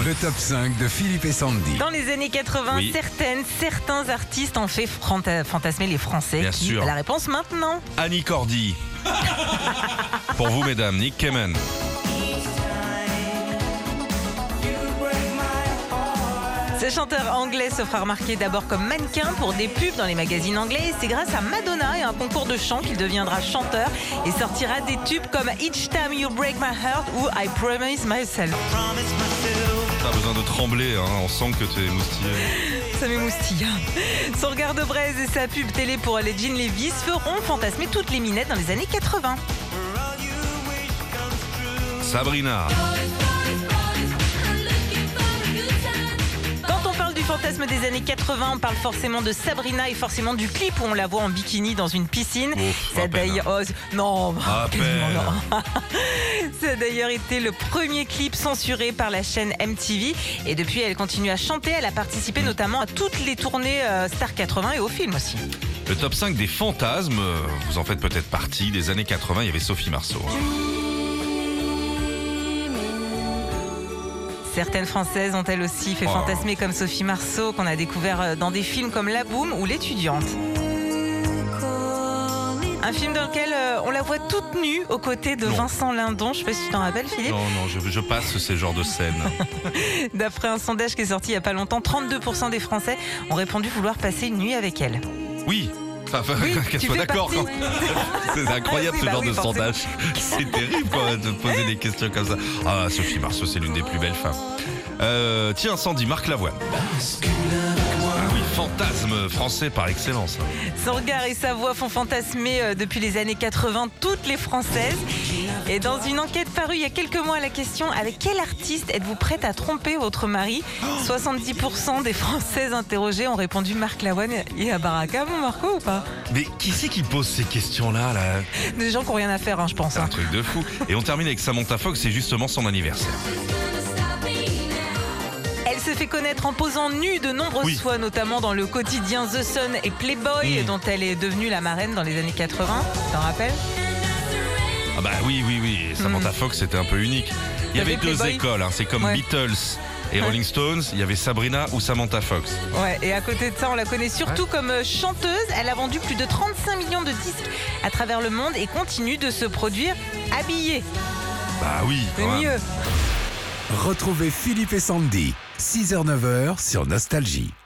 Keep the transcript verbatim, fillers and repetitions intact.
Le top cinq de Philippe et Sandy. Dans les années quatre-vingts, Oui. certaines, certains artistes ont fait franta- fantasmer les Français. Bien Qui sûr. La réponse maintenant. Annie Cordy. Pour vous, mesdames, Nick Cayman. Ce chanteur anglais se fera remarquer d'abord comme mannequin pour des pubs dans les magazines anglais. Et c'est grâce à Madonna et un concours de chant qu'il deviendra chanteur et sortira des tubes comme Each Time You Break My Heart ou I Promise Myself. Pas besoin de trembler, hein. On sent que tu es moustillé. Ça m'émoustille. Son regard de braise et sa pub télé pour les jeans Levi's feront fantasmer toutes les minettes dans les années quatre-vingts. Sabrina. Quand on parle du fantasme des années quatre-vingts, on parle forcément de Sabrina et forcément du clip où on la voit en bikini dans une piscine. Ouf, Ça à a peine. d'ailleurs... oh, non, À quasiment peine. non. Ça a d'ailleurs été le premier clip censuré par la chaîne M T V. Et depuis, elle continue à chanter. Elle a participé notamment à toutes les tournées euh, Star quatre-vingts et au film aussi. Le top cinq des fantasmes, euh, vous en faites peut-être partie. Des années quatre-vingts, il y avait Sophie Marceau. Certaines Françaises ont elles aussi fait Oh. fantasmer comme Sophie Marceau, qu'on a découvert dans des films comme La Boum ou L'étudiante. Un film dans lequel euh, on la voit toute nue aux côtés de Non. Vincent Lindon. Je sais pas si tu t'en rappelles, Philippe. Non, non, je, je passe ces genres de scènes. D'après un sondage qui est sorti il y a pas longtemps, trente-deux pour cent des Français ont répondu vouloir passer une nuit avec elle. Oui. Enfin, Oui, qu'elle tu soit fais d'accord. partie. quand- C'est incroyable Oui, ce bah genre oui, de forcément. sondage. C'est terrible quoi, de poser des questions comme ça. Ah, Sophie Marceau, c'est l'une des plus belles femmes. Euh, tiens, Sandy, Marc Lavoine. Ah oui, fantasme français par excellence. Son regard et sa voix font fantasmer euh, depuis les années quatre-vingts toutes les Françaises. Et dans une enquête parue il y a quelques mois à la question « Avec quel artiste êtes-vous prête à tromper votre mari ?» soixante-dix pour cent des Françaises interrogées ont répondu Marc Lavoine et à Baraka. Bon, Marco, ou pas? Mais qui c'est qui pose ces questions-là là Des gens qui n'ont rien à faire, hein, je pense. C'est un hein. truc de fou. Et on termine avec Samantha Fox, c'est justement son anniversaire. Elle se fait connaître en posant nue de nombreuses Oui. fois, notamment dans le quotidien The Sun et Playboy, Mm. dont elle est devenue la marraine dans les années quatre-vingts. T'en rappelles? Ah bah oui, oui, oui. Et Samantha Fox, c'était un peu unique. Il y Il y avait avait deux Playboy. écoles, hein. C'est comme Ouais. Beatles et Ouais. Rolling Stones. Il y avait Sabrina ou Samantha Fox. Ouais, et à côté de ça, on la connaît surtout comme euh, chanteuse. Elle a vendu plus de trente-cinq millions de disques à travers le monde et continue de se produire habillée. Bah oui. C'est quand même. mieux. Retrouvez Philippe et Sandy, six heures neuf heures sur Nostalgie.